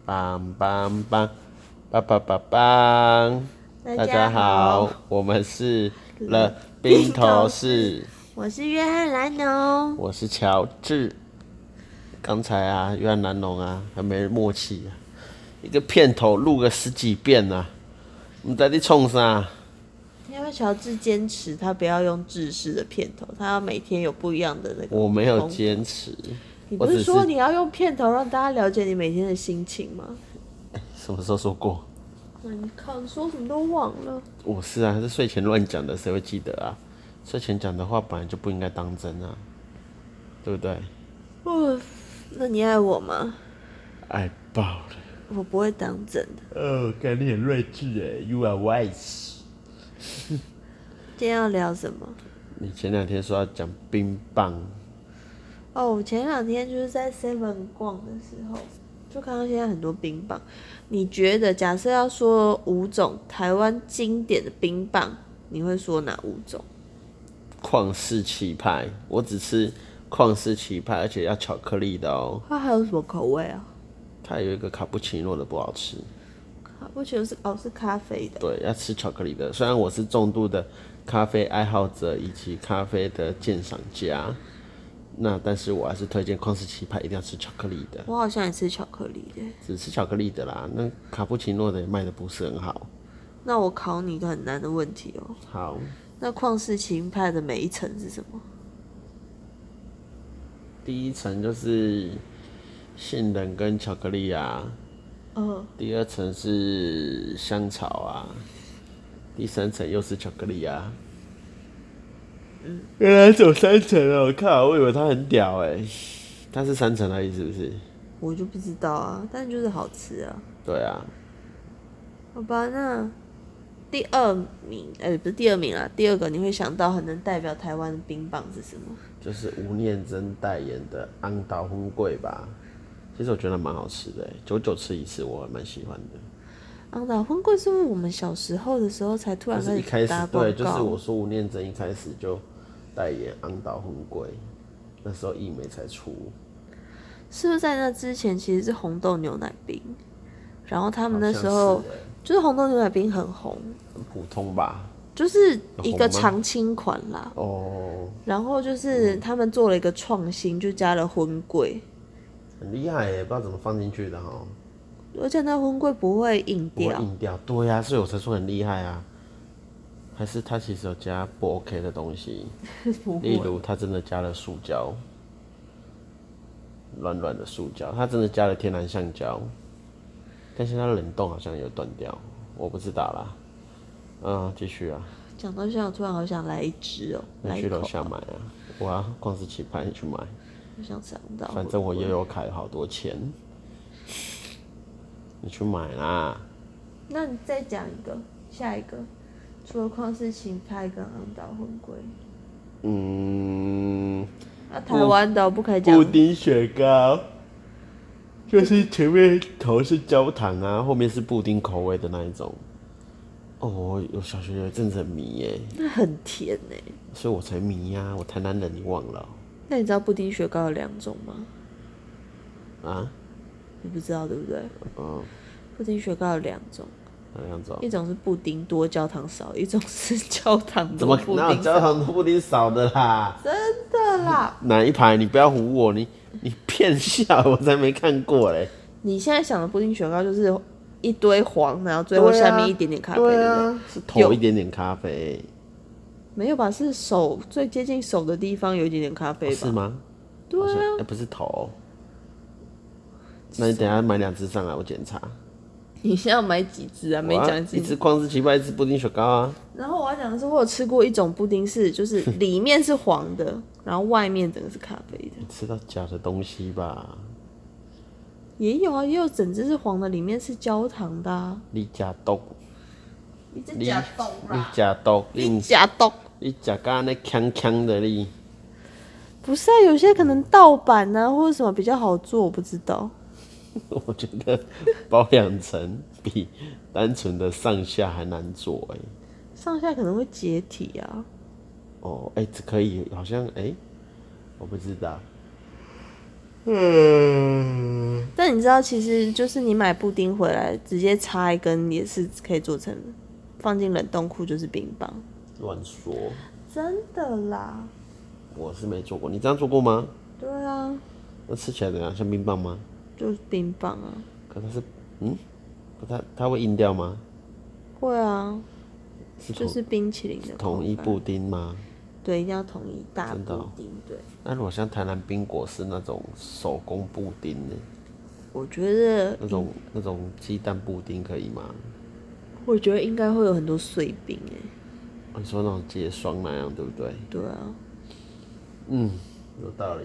棒棒棒，棒棒棒棒！大家好，我们是了冰头士， 我是约翰兰农， 我是乔治。刚才啊，约翰兰农啊，还没默契啊，一个片头录个10几遍啊，我们在这冲啥？ 因为乔治坚持他不要用制式的片头，他要每天有不一样的那个。 我没有坚持， 你不是说你要用片头让大家了解你每天的心情吗？ 什么时候说过？ 你靠，你说什么都忘了。 我是啊，是睡前乱讲的，谁会记得啊？睡前讲的话本来就不应该当真啊，对不对？ 那你爱我吗？ 爱爆了！ 我不会当真的。 哦，感觉你很睿智哎 ，You are wise。 今天要聊什么？ 你前2天说要讲冰棒。 哦，我前2天就是在 Seven 逛的时候，就看到现在很多冰棒。你觉得，假设要说5种台湾经典的冰棒，你会说哪5种？ 旷世奇派，我只吃旷世奇派，而且要巧克力的哦。 它还有什么口味啊？ 它有一个卡布奇诺的不好吃。 卡布奇诺是咖啡的。 对，要吃巧克力的。虽然我是重度的咖啡爱好者以及咖啡的鉴赏家，但是我还是推荐旷世奇派一定要吃巧克力的。 我好像也吃巧克力的。 只吃巧克力的啦，那卡布奇诺的也卖的不是很好。 那我考你一个很难的问题哦。 好。 那旷世奇派的每一层是什么？ 第一层就是杏仁跟巧克力啊。第2层是香草啊。第3层又是巧克力啊。原来只有3层哦！我靠，我以为它很屌哎。它是3层而已，是不是？ 我就不知道啊，但就是好吃啊。 对啊。 好吧，那第2名，不是第2名啦，第2个你会想到很能代表台湾的冰棒是什么？ 就是吴念真代言的安岛荤桂吧。其实我觉得蛮好吃的，久久吃一次，我还蛮喜欢的。 安岛荤桂是不是我们小时候的时候才突然开始打广告？ 对，就是我说吴念真一开始就代言安岛荤桂，那时候益美才出。 是不是在那之前其实是红豆牛奶冰？然后他们那时候就是红豆牛奶冰很红， 很普通吧？ 就是一个常青款啦。 哦。 然后就是他们做了一个创新，就加了荤桂。 很厉害耶，不知道怎么放进去的哈。 而且那荤桂不会硬掉。 不会硬掉，对啊，所以我才说很厉害啊。还是他其实有加不 OK 的东西，例如他真的加了塑胶，软软的塑胶，他真的加了天然橡胶，但是它冷冻好像有断掉，我不知道啦。继续啊。 讲到现在，我突然好想来一支哦。 你去楼下买啊，我要旷世奇派，你去买。 我想尝到。 反正我悠游卡有好多钱，你去买啦。 那你再讲一个，下一个，除了旷世奇派跟安岛荤桂。台湾的不可以讲。 布丁雪糕，就是前面头是焦糖啊，后面是布丁口味的那一种。我小学有一阵子很迷耶。 那很甜耶。 所以我才迷啊，我台南人，你忘了？ 那你知道布丁雪糕有2种吗？ 啊？ 你不知道对不对？布丁雪糕有2种。 哪2种？ 一种是布丁多焦糖少，一种是焦糖多布丁少。 怎么哪有焦糖多布丁少的啦？ 真的啦！ 哪一排？你不要唬我，你骗笑，我才没看过嘞。 你现在想的布丁雪糕就是一堆黄，然后最后下面一点点咖啡， 对啊，是头一点点咖啡。 没有吧？是手最接近手的地方有一点点咖啡吧？ 是吗？ 对啊。 不是头。那你等一下买2只上来，我检查。 你现在要买几只啊？没讲一只旷世奇派，一只布丁雪糕啊。 然后我要讲的是，我有吃过一种布丁是，就是里面是黄的，然后外面整个是咖啡的。 你吃到假的东西吧？ 也有啊，也有整只是黄的，里面是焦糖的啊。 你假毒！ 你这假毒啦！ 你假毒！ 你假毒！ 你假干那呛呛的你。 不是啊，有些可能盗版啊，或者什么比较好做，我不知道。 我觉得包2层比单纯的上下还难做哎。 上下可能会解体啊。 这可以，好像我不知道。 但你知道，其实就是你买布丁回来，直接插一根也是可以做成，放进冷冻库就是冰棒。 乱说， 真的啦。 我是没做过，你这样做过吗？ 对啊。 那吃起来怎样？像冰棒吗？ 就是冰棒啊。 可它是，它会硬掉吗？ 会啊。就是冰淇淋的口感。 统一布丁吗？ 对，一定要统一大布丁。对。 那如果像台南冰果是那种手工布丁呢？ 我觉得那种鸡蛋布丁可以吗？ 我觉得应该会有很多碎冰你说那种结霜那样，对不对？ 对啊。 有道理。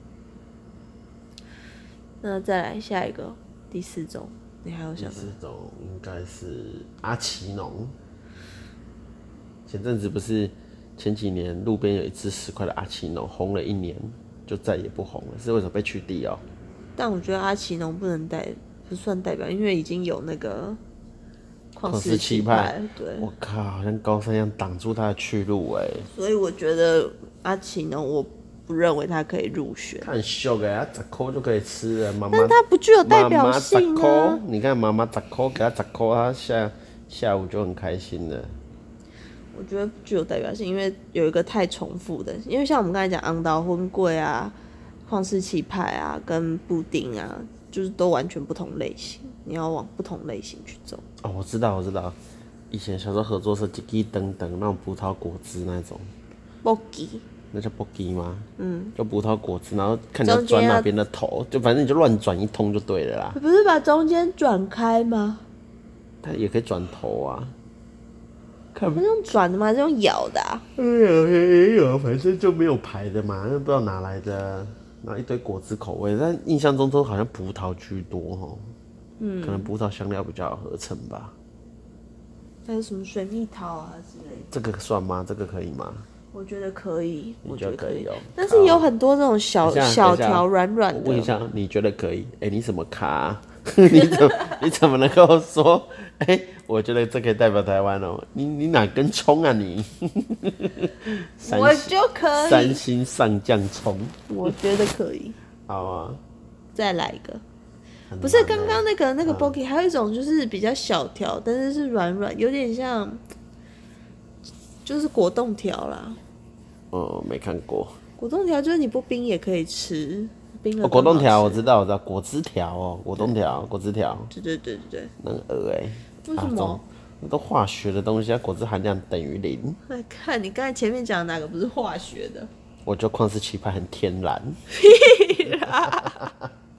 那再来下一个，第4种，你还有想？ 第4种应该是阿奇农。前阵子不是前几年路边有一只10块的阿奇农红了1年，就再也不红了，是为什么被取缔哦？ 但我觉得阿奇农不算代表，因为已经有那个旷世奇派。对， 我靠，好像高山一样挡住他的去路哎。 所以我觉得阿奇农，我不认为他可以入选。 他很秀哎，他10块就可以吃了，妈妈。 但他不具有代表性啊。 妈妈10块，你看妈妈10块给他10块，他下午就很开心了。 我觉得不具有代表性，因为有一个太重复的，因为像我们刚才讲昂岛荤桂啊、旷世奇派啊、跟布丁啊，就是都完全不同类型，你要往不同类型去走。 哦，我知道，以前小时候合作社一支等等那种葡萄果汁那种。 布吉。 那叫布吉吗？就葡萄果汁，然后看你要转哪边的头，就反正你就乱转一通就对了啦。 不是把中间转开吗？ 它也可以转头啊。 是用转的吗？还是用咬的啊？ 也有，反正就没有牌的嘛，不知道哪来的，然后一堆果汁口味，但印象中都好像葡萄居多齁。可能葡萄香料比较好合成吧。 还有什么水蜜桃啊之类的？ 这个算吗？这个可以吗？ 我觉得可以， 我觉得可以哦。 但是有很多这种小条软软的。 我问一下，你觉得可以？你什么咖啊？你怎么能够说？我觉得这可以代表台湾哦。你哪根葱啊你？ 我就可以。 3星上将葱。 我觉得可以。 好啊。 再来一个。不是刚刚那个 Boki， 还有一种就是比较小条，但是是软软，有点像，就是果冻条啦。 没看过。 果冻条就是你不冰也可以吃，冰了。 果冻条我知道，果汁条哦，果冻条，果汁条。 对。 那很恶为什么？ 都化学的东西，果汁含量等于0。 来看你刚才前面讲的哪个不是化学的？ 我觉得旷世奇派很天然。 屁啦！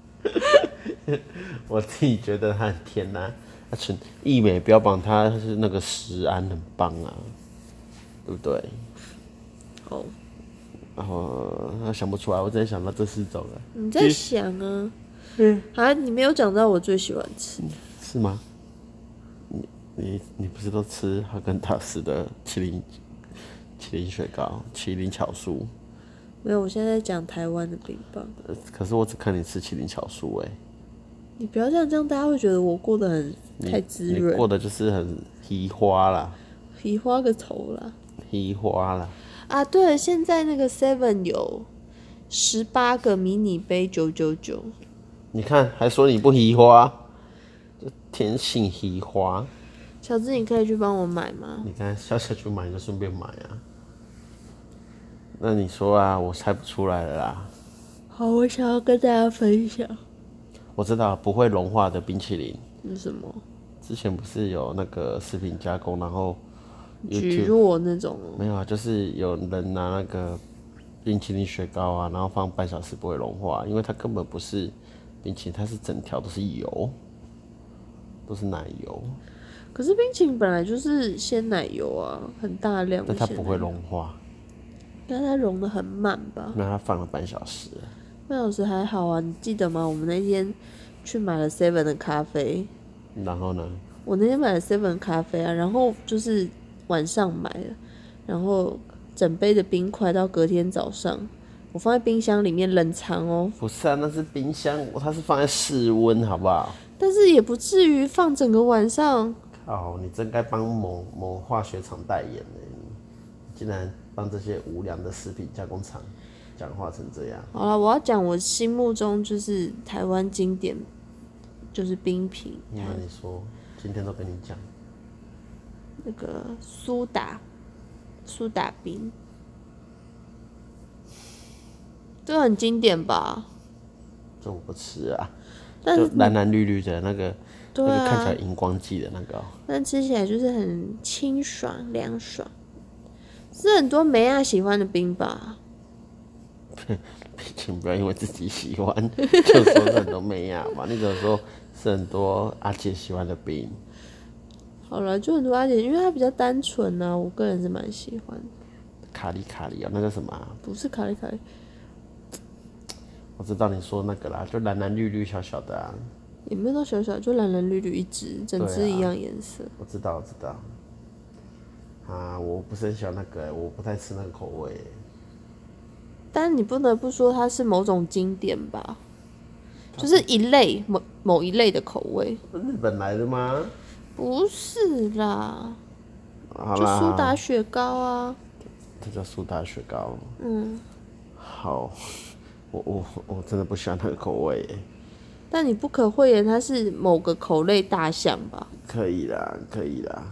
我自己觉得它很天然，益美标榜它是那个食安很棒啊，对不对？然后想不出来，我只能想到这4种了。 你在想啊？你没有讲到我最喜欢吃。 是吗？你不是都吃哈根达斯的麒麟雪糕、麒麟巧酥？ 没有，我现在在讲台湾的冰棒。 可是我只看你吃麒麟巧酥你不要这样大家会觉得我过得很太滋润。 你过得就是很稀花啦。 稀花个头啦！ 稀花啦！ 啊，对了，现在那个 Seven 有18个迷你杯999。 你看，还说你不稀花，就天性稀花。 小智，你可以去帮我买吗？ 你看，小去买就顺便买啊。那你说啊，我猜不出来了啦。 好，我想要跟大家分享。 我知道不会融化的冰淇淋是什么？ 之前不是有那个食品加工，然后蒟蒻那种没有啊，就是有人拿那个冰淇淋雪糕啊，然后放半小时不会融化，因为它根本不是冰淇淋，它是整条都是油，都是奶油。 可是冰淇淋本来就是鲜奶油啊，很大量的。 但它不会融化。 但它融得很慢吧？ 那它放了半小时。 半小时还好啊，你记得吗？我们那天去买了 Seven 的咖啡。 然后呢？ 我那天买了 Seven 咖啡啊，然后就是晚上买的，然后整杯的冰块到隔天早上，我放在冰箱里面冷藏哦。 不是啊，那是冰箱，它是放在室温，好不好？ 但是也不至于放整个晚上。 靠，你真该帮某化学厂代言呢！你竟然帮这些无良的食品加工厂讲话成这样。 好了，我要讲我心目中就是台湾经典，就是冰品。 因为你说今天都跟你讲， 那个苏打冰，这个很经典吧？ 这我不吃啊， 但是就蓝蓝绿绿的那个， 对那个看起来啊， 荧光剂的那个、 但吃起来就是很清爽凉爽，是很多梅亚喜欢的冰吧？ 请不要因为自己喜欢就说是很多妹呀嘛，你只能说是很多阿姐喜欢的冰。 好了，就很多阿姐，因为它比较单纯呢、我个人是蛮喜欢的。 卡里卡里啊，那叫什么、啊？ 不是卡里卡里， 我知道你说那个啦，就蓝蓝绿绿小小的啊。 也没有到小小，就蓝蓝绿绿一只，整只一样颜色。 我知道，我知道。啊，我不是很喜欢那个、我不太吃那个口味、 但你不得不说它是某种经典吧，就是一类某一类的口味。 日本来的吗？ 不是啦，就好啦， 苏打雪糕啊。 这叫苏打雪糕。 嗯， 好，我真的不喜欢那个口味、 但你不可讳言，它是某个口类大项吧？ 可以啦，可以啦。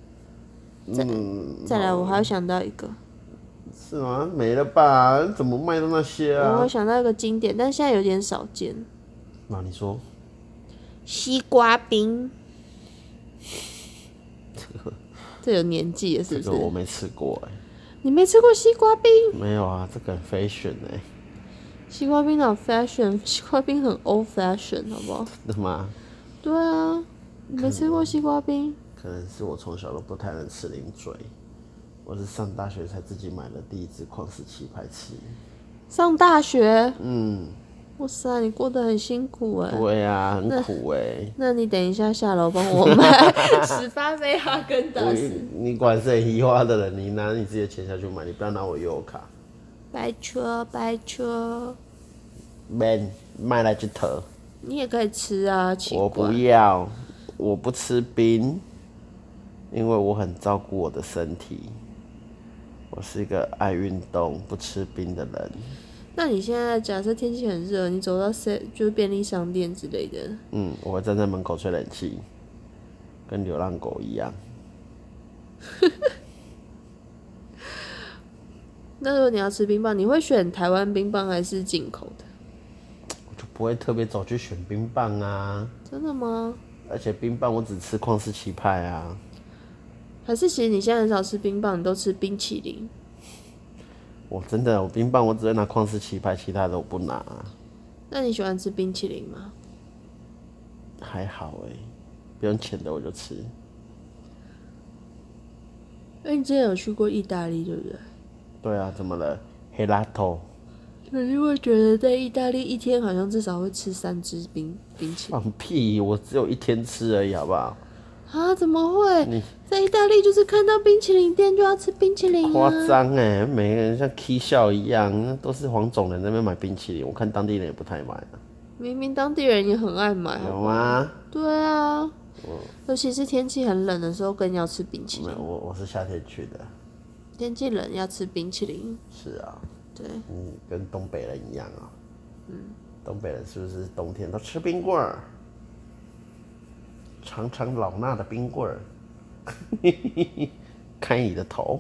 再来，我还要想到一个， 是吗？没了吧？怎么卖到那些啊我会？想到一个经典，但现在有点少见， 那你说， 西瓜冰。这有年纪了，是不是？ 这个我没吃过你没吃过西瓜冰？ 没有啊，这个很 fashion 西瓜冰哪有 fashion？西瓜冰很 old fashion，好不好？ 真的吗？ 对啊，你没吃过西瓜冰？ 可能是我从小都不太能吃零嘴，我是上大学才自己买了第一支旷世奇牌吃。 上大学？哇塞，你过得很辛苦哎。 对啊，很苦那你等一下下楼帮我买18杯哈根达斯。 你管是很移花的人，你拿你自己的钱下去买，你不要拿我悠游卡。 拜托拜托， man 卖来就头， 你也可以吃啊，奇怪。 我不要，我不吃冰，因为我很照顾我的身体。我是一个爱运动、不吃冰的人。 那你现在假设天气很热，你走到就是便利商店之类的， 我会站在门口吹冷气，跟流浪狗一样。 那如果你要吃冰棒，你会选台湾冰棒还是进口的？ 我就不会特别走去选冰棒啊。 真的吗？ 而且冰棒我只吃旷世奇派啊。 还是其实你现在很少吃冰棒，你都吃冰淇淋？ 我真的，我冰棒我只会拿旷世奇派，其他的我不拿、 那你喜欢吃冰淇淋吗？ 还好不用钱的我就吃。 你之前有去过意大利，对不对？ 对啊，怎么了？黑拉头？ 可是会觉得在意大利一天好像至少会吃3支冰淇淋放屁！我只有一天吃而已，好不好？ 啊？怎么会？在意大利就是看到冰淇淋店就要吃冰淇淋啊！ 夸张每个人像 K 笑一样，都是黄种人在那边买冰淇淋，我看当地人也不太买啊。 明明当地人也很爱买， 有吗？ 对啊，尤其是天气很冷的时候更要吃冰淇淋。 我是夏天去的。 天气冷要吃冰淇淋。 是啊。 对。 跟东北人一样啊。东北人是不是冬天都吃冰棍儿？尝尝老衲的冰棍儿。开你的头。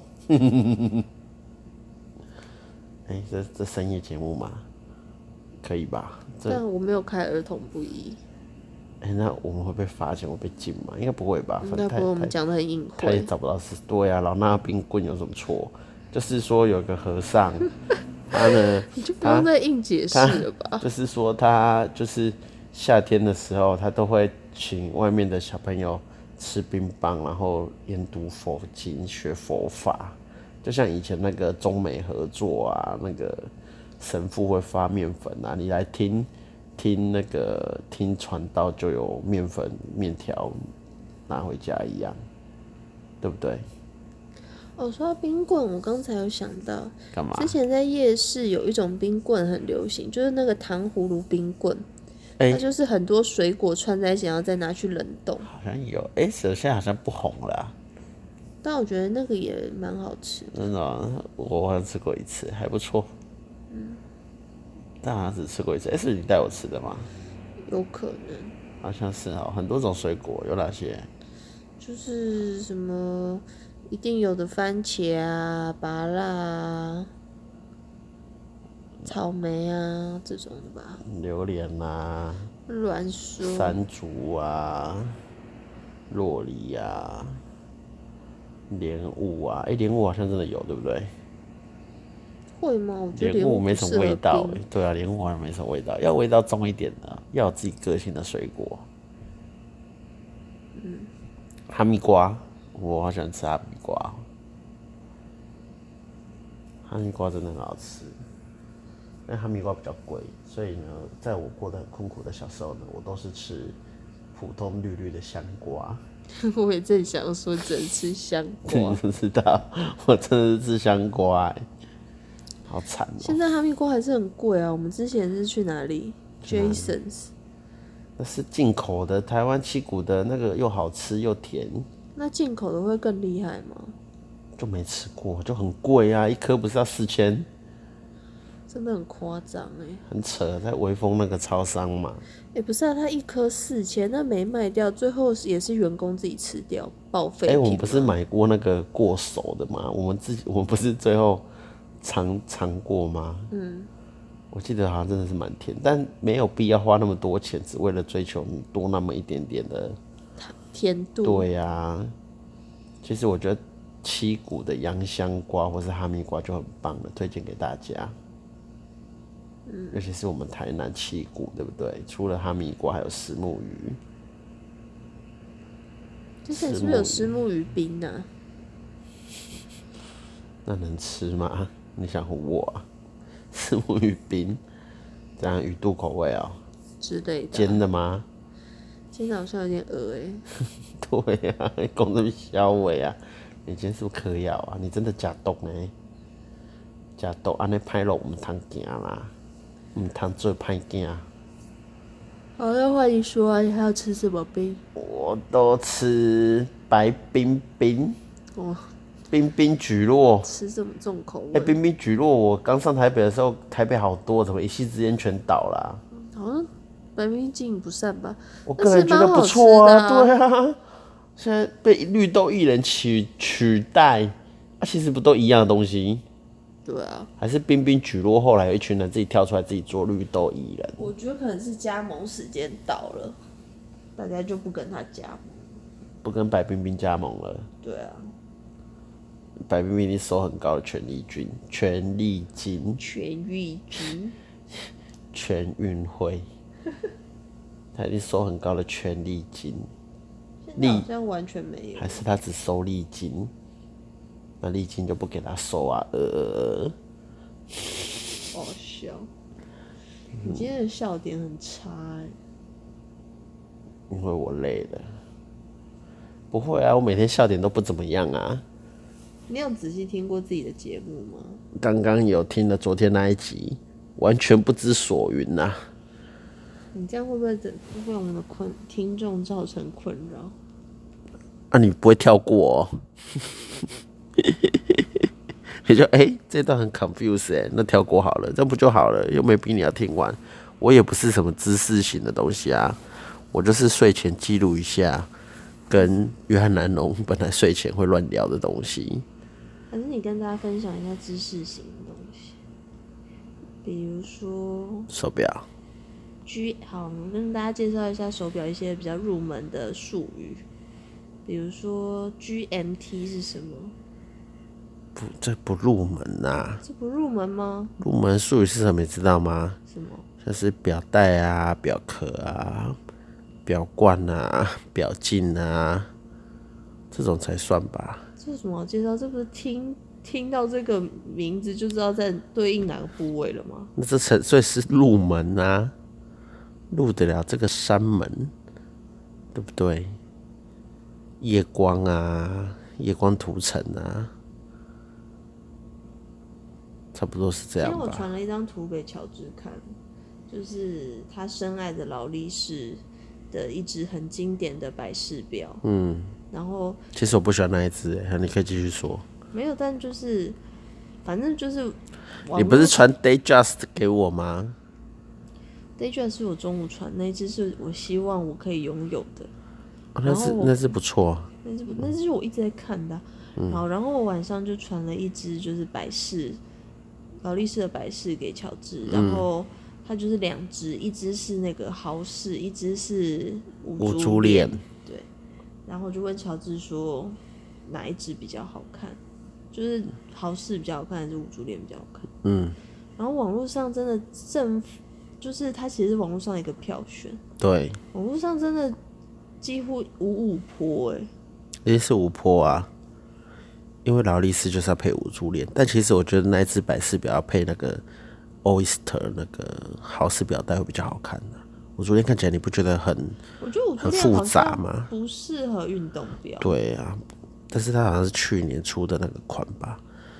这深夜节目吗？可以吧？ 但我没有开儿童不宜。 那我们会被罚钱，会被禁吗？应该不会吧？ 应该不会，我们讲的很隐他也晦。 找不到是。对啊，老衲冰棍有什么错？就是说有个和尚，他呢， 你就不用再硬解释了吧？ 就是说他就是夏天的时候，他都会请外面的小朋友吃冰棒，然后研读佛经、学佛法，就像以前那个中美合作啊，那个神父会发面粉啊，你来听传道就有面粉面条拿回家一样，对不对？ 说到冰棍，我刚才有想到， 干嘛？ 之前在夜市有一种冰棍很流行，就是那个糖葫芦冰棍，它就是很多水果串在一起，然后再拿去冷冻。 好像有，现在好像不红了啊。 但我觉得那个也蛮好吃的。 真的，我好像吃过一次，还不错。 但好像只吃过一次。是你带我吃的吗？ 有可能。 好像是哦，很多种水果，有哪些？ 就是什么一定有的番茄啊、芭乐啊、草莓啊这种的吧。 榴莲啊， 乱说。 山竹啊，洛梨啊，莲雾啊，莲雾好像真的有，对不对？ 会吗？我觉得莲雾没不适合什么味道， 冰。 对啊，莲雾好像没什么味道，要味道重一点的，要有自己个性的水果。哈密瓜，我好喜欢吃哈密瓜。哈密瓜真的很好吃，但哈密瓜比较贵，所以呢，在我过得很困苦的小时候呢，我都是吃普通绿绿的香瓜。 我也正想说，只能吃香瓜。 你不知道，我真的是吃香瓜、好惨哦、 现在哈密瓜还是很贵啊。我们之前是去哪里？Jasons。 那是进口的，台湾七股的那个又好吃又甜， 那进口的会更厉害吗？ 就没吃过，就很贵啊，一颗不是要4000， 真的很夸张哎。 很扯，在微风那个超商嘛。 不是啊，它一颗4000，那没卖掉，最后也是员工自己吃掉，报废品吗。 我们不是买过那个过熟的吗？我们不是最后尝过吗？我记得好像真的是蛮甜，但没有必要花那么多钱，只为了追求多那么一点点的甜度。 对啊，其实我觉得七股的洋香瓜或是哈密瓜就很棒了，推荐给大家。尤其是我们台南七股，对不对？除了哈密瓜，还有虱目鱼。 之前是不是有虱目鱼冰啊？ 那能吃吗？你想唬我啊？虱目鱼冰，这样鱼肚口味哦、 之类的。 煎的吗？ 煎的好像有点恶对啊，讲这么小话啊！你今天是不是嗑药啊？你真的假毒呢？假毒安尼歹路唔通行啦，唔通做歹囝。 好，那换你说啊，你还要吃什么冰？ 我都吃白冰冰。 哦， 冰冰蒟蒻， 吃这么重口味。 冰冰蒟蒻，我刚上台北的时候，台北好多，怎么一夕之间全倒了、 好像白冰经营不善吧？ 我个人觉得不错啊， 对啊。现在被绿豆薏仁取代，其实不都一样的东西？ 对啊。 还是冰冰蒟蒻后来有一群人自己跳出来自己做绿豆薏仁？ 我觉得可能是加盟时间到了，大家就不跟他加盟。 不跟白冰冰加盟了。 对啊。 白冰冰一定收很高的权利金，权益金，全运会，他一定收很高的权利金。 现在好像完全没有。 还是他只收利金？那利金就不给他收啊？ 好笑。你今天的笑点很差因为我累了。不会啊，我每天笑点都不怎么样啊。 你有仔细听过自己的节目吗？ 刚刚有听了昨天那一集，完全不知所云呐、 你这样会不会为我们的听众造成困扰？ 啊，你不会跳过哦？你就这段很 confuse 那跳过好了，这不就好了？又没逼你要听完。我也不是什么知识型的东西啊，我就是睡前记录一下，跟约翰南农本来睡前会乱聊的东西。 还是你跟大家分享一下知识型的东西，比如说手表。 好，我跟大家介绍一下手表一些比较入门的术语，比如说 GMT 是什么？ 这不入门呐、 这不入门吗？ 入门术语是什么？你知道吗？ 什么？ 像是表带啊、表壳啊、表冠啊、表镜啊，这种才算吧。 这有什么好介绍？这不是听到这个名字就知道在对应哪个部位了吗？ 那所以是入门啊，入得了这个山门，对不对？夜光啊，夜光涂层啊，差不多是这样吧。 今天我传了一张图给乔治看，就是他深爱的劳力士的一只很经典的百事表。然后其实我不喜欢那一只，你可以继续说。 没有，但就是反正就是你不是传 Day Just 给我吗？ Daydream 是我中午传那一只，是我希望我可以拥有的。 那是不错。 那只是我一直在看的然后我晚上就传了一只就是百事劳力士的百事给乔治，然后它就是2只，一只是那个豪士，一只是五珠链，对。然后就问乔治说哪一只比较好看，就是豪士比较好看还是五珠链比较好看？然后网络上真的就是它其实是网络上的一个票选， 对， 网络上真的几乎五波一定是五波啊，因为劳力士就是要配五珠链，但其实我觉得那一只百事表要配那个 Oyster 那个豪士表带会比较好看的。五珠链看起来你不觉得我觉得五珠链复杂吗？ 不适合运动表。 对啊，但是它好像是去年出的那个款吧。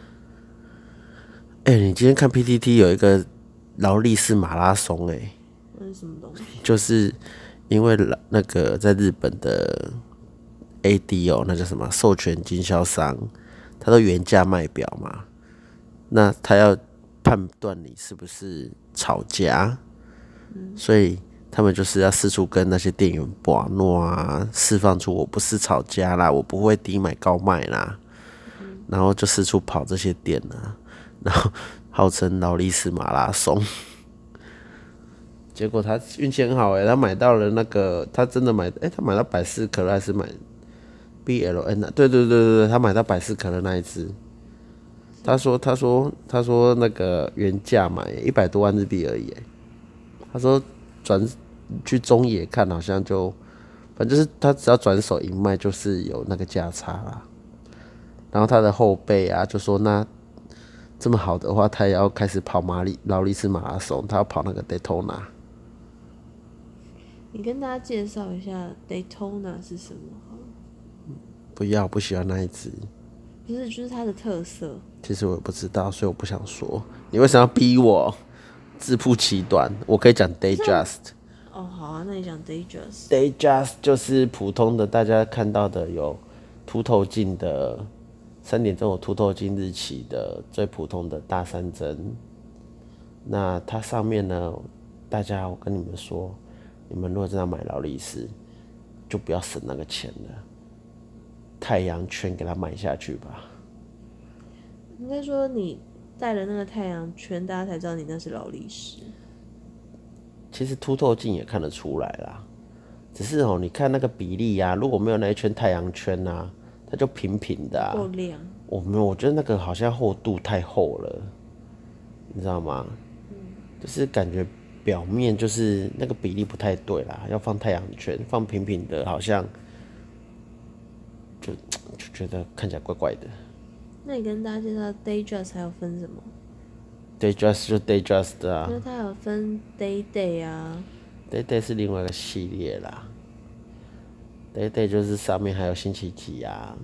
你今天看 PTT 有一个劳力士马拉松那是什么东西？ 就是因为那个在日本的 AD 那叫什么授权经销商，他都原价卖表嘛，那他要判断你是不是炒价，所以他们就是要四处跟那些店员把诺啊，释放出我不是炒价啦，我不会低买高卖啦，然后就四处跑这些店啊，然后号称劳力士马拉松。结果他运气很好他买到了那个，他真的买，他买到百事可乐还是买 BLN 啊？对，他买到百事可乐那一只。他说那个原价买100多万日币而已他说转去中野看好像就，反正就是他只要转手一卖就是有那个价差啦。然后他的后辈啊就说那这么好的话，他也要开始跑劳力士马拉松，他要跑那个 Daytona。 你跟大家介绍一下 Daytona 是什么好了？ 不要，不喜欢那一只。 不是，就是它的特色。 其实我也不知道，所以我不想说。你为什么要逼我自曝其短？我可以讲 Datejust。 好啊，那你讲 Datejust。 Datejust 就是普通的，大家看到的有凸透镜的3点钟有凸透镜日期的最普通的大3针。那它上面呢，大家我跟你们说，你们如果真的要买劳力士，就不要省那个钱了，太阳圈给它买下去吧。 应该说你戴了那个太阳圈，大家才知道你那是劳力士。 其实凸透镜也看得出来啦，只是你看那个比例啊，如果没有那一圈太阳圈啊，它就平平的够亮。 我觉得那个好像厚度太厚了，你知道吗？就是感觉表面就是那个比例不太对啦，要放太阳圈，放平平的，好像就觉得看起来怪怪的。 那你跟大家介绍 Datejust 还有分什么？ Datejust 就 Datejust 啊， 因为它有分 Day 啊。 Day 是另外一个系列啦。Day 就是上面还有星期几啊。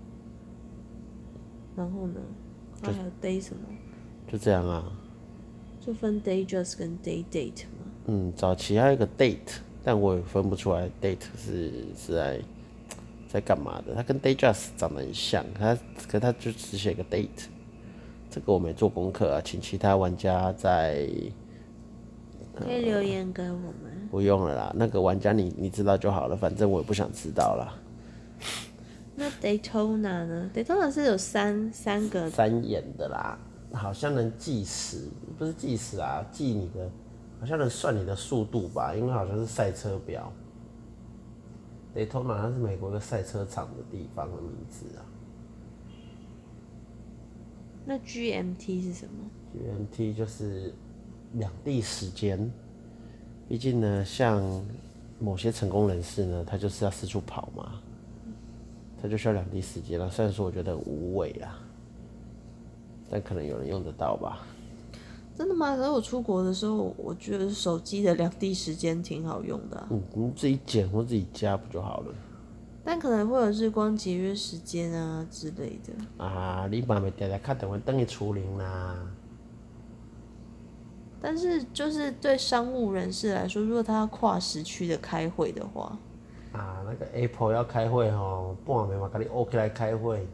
然后呢？还有 Day 什么？ 就这样啊。 就分 Datejust 跟 Date 吗？ 早期还有一个 Date， 但我也分不出来 Date 是在干嘛的。它跟 Datejust 长得很像，可它就只写个 Date。这个我没做功课啊，请其他玩家在可以留言给我们。 不用了啦，那个玩家你知道就好了，反正我也不想知道啦。 那 Daytona 呢 ？Daytona 是有三个 3眼的啦，好像能计时，不是计时啊，计你的，好像能算你的速度吧，因为好像是赛车表。Daytona 它是美国一个赛车场的地方的名字啊。 那 GMT 是什么 ？GMT 就是两地时间。毕竟呢，像某些成功人士呢，他就是要四处跑嘛，他就需要两地时间了。虽然说我觉得很无谓啦，但可能有人用得到吧。 真的吗？可是我出国的时候，我觉得手机的两地时间挺好用的你自己剪或自己加不就好了？ 但可能会有日光节约时间啊之类的。 啊，你嘛袂定定打电话等去厝邻啦。 但是就是对商务人士来说，如果他要跨时区的开会的话， 啊，那个 Apple 要开会吼，半暝嘛，甲你挖起来开会。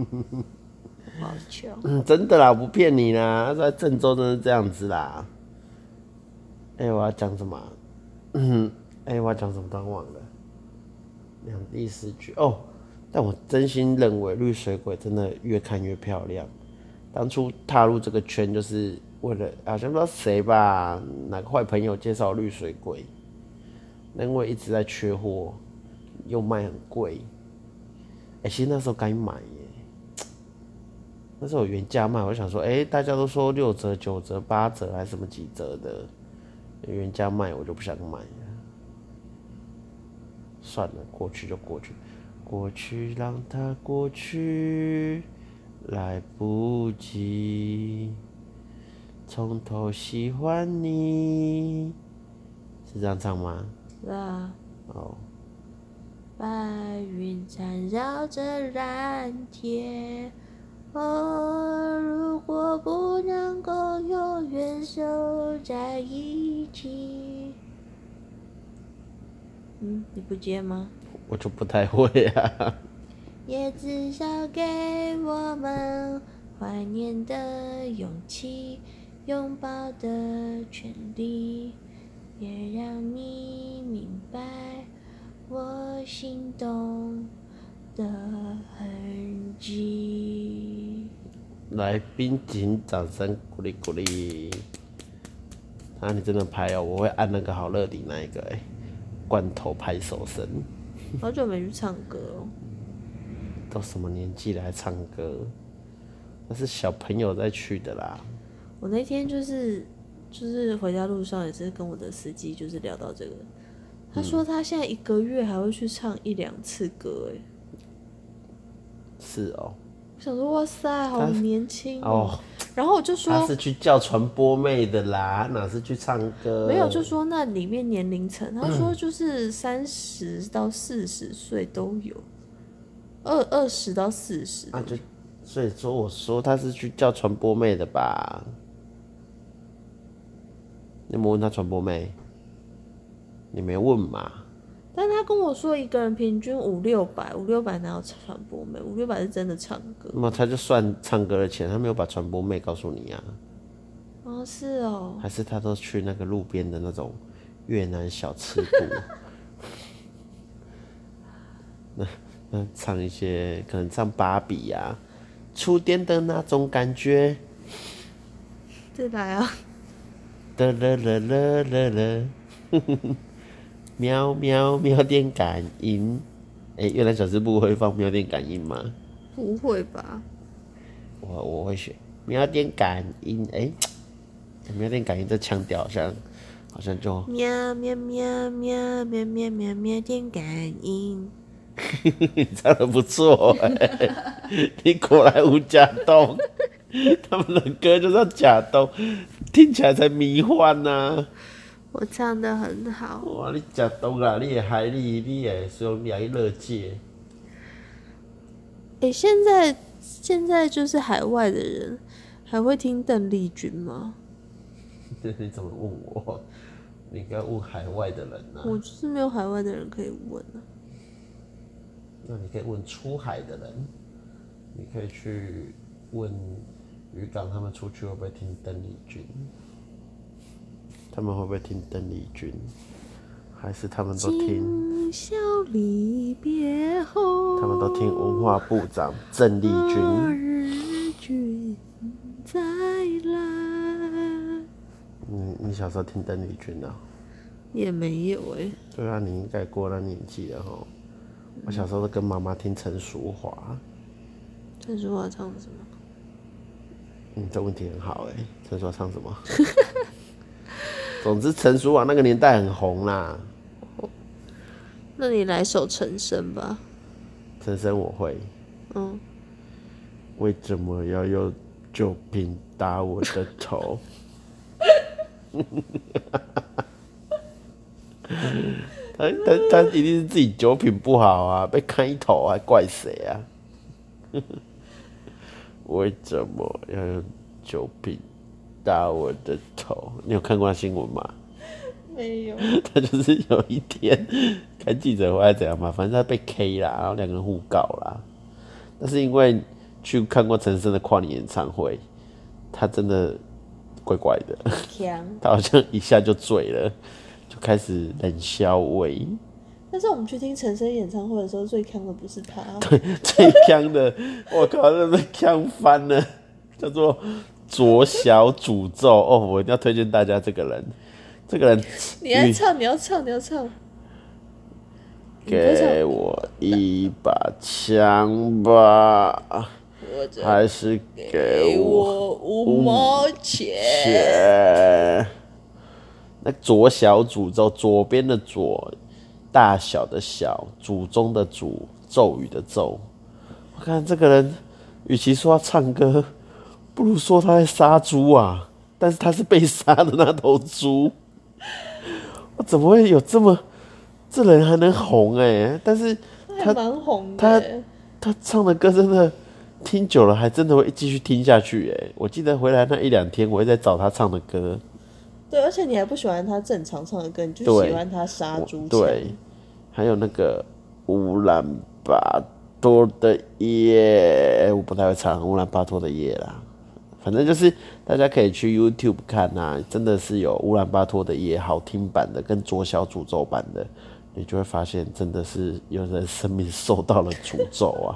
好巧。 真的啦，不骗你啦，在郑州真的是这样子啦。 我要讲什么？我要讲什么突然忘了。两地四句哦，但我真心认为绿水鬼真的越看越漂亮。当初踏入这个圈就是为了，好像不知道谁吧，哪个坏朋友介绍绿水鬼，因为一直在缺货，又卖很贵。其实那时候该买耶，那时候有原价卖，我就想说，大家都说6折、9折、8折还是什么几折的，原价卖我就不想买了。算了，过去就过去，过去让它过去，来不及从头喜欢你，是这样唱吗？ 对啊。 哦。 白云缠绕着蓝天，如果不能够永远守在一起。你不接吗？ 我就不太会啊。 也至少给我们怀念的勇气，拥抱的权利，也让你明白我心动的痕迹。 来宾请掌声鼓励鼓励。你真的拍哦，我会按那个好乐迪那一个罐头拍手声。 好久没去唱歌哦。 都什么年纪了还唱歌？那是小朋友在去的啦。 我那天就是回家路上也是跟我的司机就是聊到这个，他说他现在1个月还会去唱1-2次歌是哦。 我想说哇塞，好年轻哦。然后我就说他是去叫传播妹的啦，哪是去唱歌？ 没有，就说那里面年龄层，他说就是30到40岁都有，20到40。 所以说我说他是去叫传播妹的吧？你有没有问他传播妹？你没问嘛？ 但他跟我说一个人平均500-600哪有传播妹？500-600是真的唱歌。 那么他就算唱歌的钱，他没有把传播妹告诉你啊？ 哦，是哦。 还是他都去那个路边的那种越南小吃部？那唱一些可能唱芭比呀，触电的那种感觉。 再来啊！ 的了了了了了。喵喵喵电感应，越南小吃部会放喵电感应吗？ 不会吧？ 我会选喵电感应，喵电感应这腔调好像就喵喵喵喵喵喵喵喵电感应。 你唱得不错你果然无假动，他们的歌就是要假动，听起来才迷幻啊。 我唱得很好。 哇，你假动啊！你也海你也使用两乐界。 现在就是海外的人还会听邓丽君吗？ 你怎么问我？你应该问海外的人啊。 我就是没有海外的人可以问啊。 那你可以问出海的人，你可以去问渔港，他们出去会不会听邓丽君？他们会不会听邓丽君？还是他们都听？ 今宵离别后， 他们都听文化部长郑丽君。 落日君再来。 你小时候听邓丽君啊？ 也没有对啊，你应该过那年纪了齁。我小时候都跟妈妈听陈淑桦。 陈淑桦唱什么？ 这问题很好陈淑桦唱什么？总之，陈淑桦那个年代很红啦。 那你来首陈升吧。 陈升我会。为什么要用酒瓶打我的头？他一定是自己酒品不好啊，被开头还怪谁啊？为什么要用酒瓶打我的头？你有看过那新闻吗？ 没有。 他就是有一天开记者会还是怎样嘛，反正他被 K 啦，然后两个人互告啦。但是因为去看过陈升的跨年演唱会，他真的怪怪的， 强。 他好像一下就醉了，就开始冷笑味。 但是我们去听陈升演唱会的时候，最强的不是他， 最强的，我靠，那被强翻了，叫做左小诅咒哦，我一定要推荐大家这个人，这个人你要唱，你要唱，你要唱。 给我一把枪吧，还是给我 5毛钱？ 那左小诅咒，左边的左，大小的小，祖宗的祖，咒语的咒。我看这个人，与其说他唱歌，不如说他在杀猪啊！但是他是被杀的那头猪，我怎么会有这人还能红但是他蛮红的。 他唱的歌真的听久了，还真的会继续听下去我记得回来那1-2天，我会在找他唱的歌。 对，而且你还不喜欢他正常唱的歌，你就喜欢他杀猪。 对，还有那个乌兰巴托的夜，我不太会唱乌兰巴托的夜啦。反正就是大家可以去 YouTube 看啊，真的是有乌兰巴托的夜好听版的跟左小诅咒版的，你就会发现真的是有人生命受到了诅咒啊。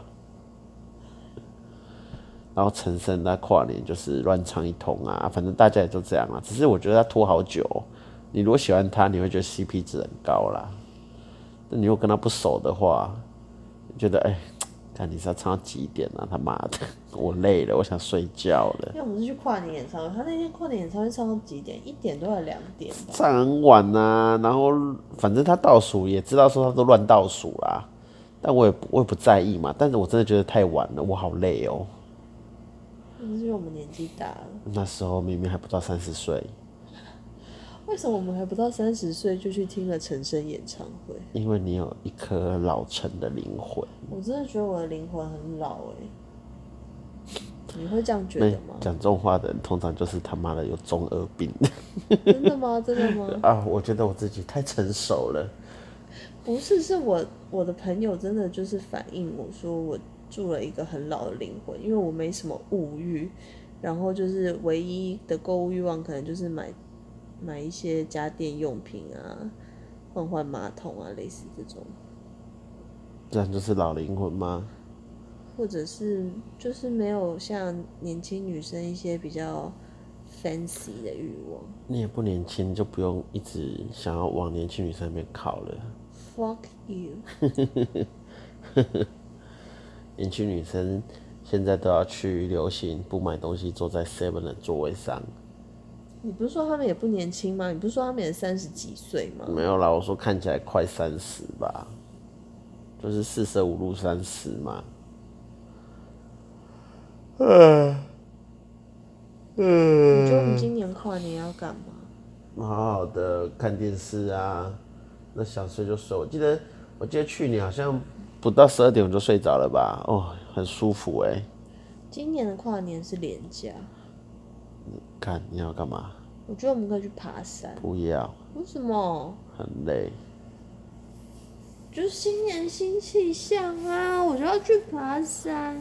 然后陈升他跨年就是乱唱一通啊，反正大家也都这样啊。只是我觉得他拖好久你如果喜欢他，你会觉得 CP 值很高啦。但你如果跟他不熟的话，你觉得看你是要唱到几点啊？他妈的，我累了，我想睡觉了。 因为我们是去跨年演唱会，他那天跨年演唱会唱到几点？1点多还2点吧？ 唱很晚啊，然后反正他倒数也知道说他都乱倒数啦，但我也不在意嘛。但是我真的觉得太晚了，我好累哦。 那是因为我们年纪大了。 那时候明明还不到30岁。 为什么我们还不到30岁就去听了陈升演唱会？ 因为你有一颗老成的灵魂。 我真的觉得我的灵魂很老你会这样觉得吗？ 讲这种话的人，通常就是他妈的有中二病。 真的吗？真的吗？ 啊，我觉得我自己太成熟了。 不是，是我的朋友真的就是反映我说我住了一个很老的灵魂，因为我没什么物欲，然后就是唯一的购物欲望可能就是买一些家电用品啊，换马桶啊，类似这种。 这样就是老灵魂吗？ 或者是就是没有像年轻女生一些比较 fancy 的欲望。 你也不年轻，就不用一直想要往年轻女生那边靠了。 Fuck you 。 年轻女生现在都要去流行不买东西坐在 Seven 的座位上。 你不是说他们也不年轻吗？你不是说他们也30几岁吗？ 没有啦，我说看起来快30吧，就是四舍五入30嘛。 你觉得我们今年跨年要干嘛？ 好好的看电视啊，那想睡就睡。我记得去年好像不到12点我就睡着了吧？哦，很舒服今年的跨年是连假。 看你要干嘛？ 我觉得我们可以去爬山。 不要。 为什么？ 很累。 就是新年新气象啊！我就要去爬山。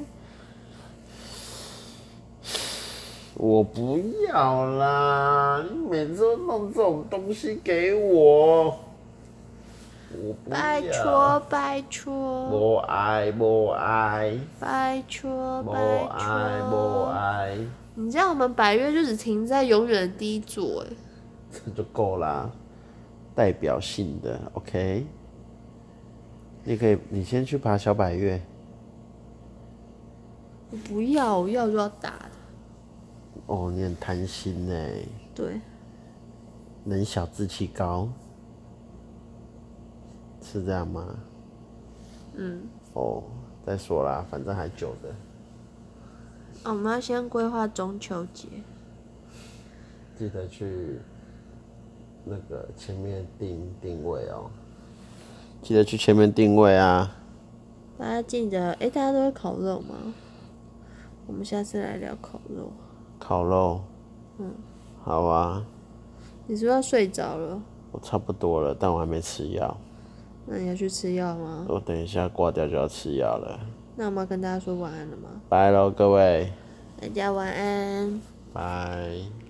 我不要啦！你每次都弄这种东西给我，我不要。 拜托拜托。 不爱不爱。 拜托拜托。 不爱不爱。 你这样我们百岳就只停在永远的第一座这就够啦，代表性的 OK。你先去爬小百岳。 我不要，我要就要打的。 哦，你很贪心对。 人小志气高，是这样吗？哦，再说啦，反正还久的。 我们要先规划中秋节。 记得去那个前面定位哦。记得去前面定位啊。 大家记得，大家都会烤肉吗？我们下次来聊烤肉。 烤肉。好啊。 你是不是要睡着了？ 我差不多了，但我还没吃药。 那你要去吃药吗？ 我等一下挂掉就要吃药了。 那我们要跟大家说晚安了吗？ 拜喽，各位。 大家晚安。 拜。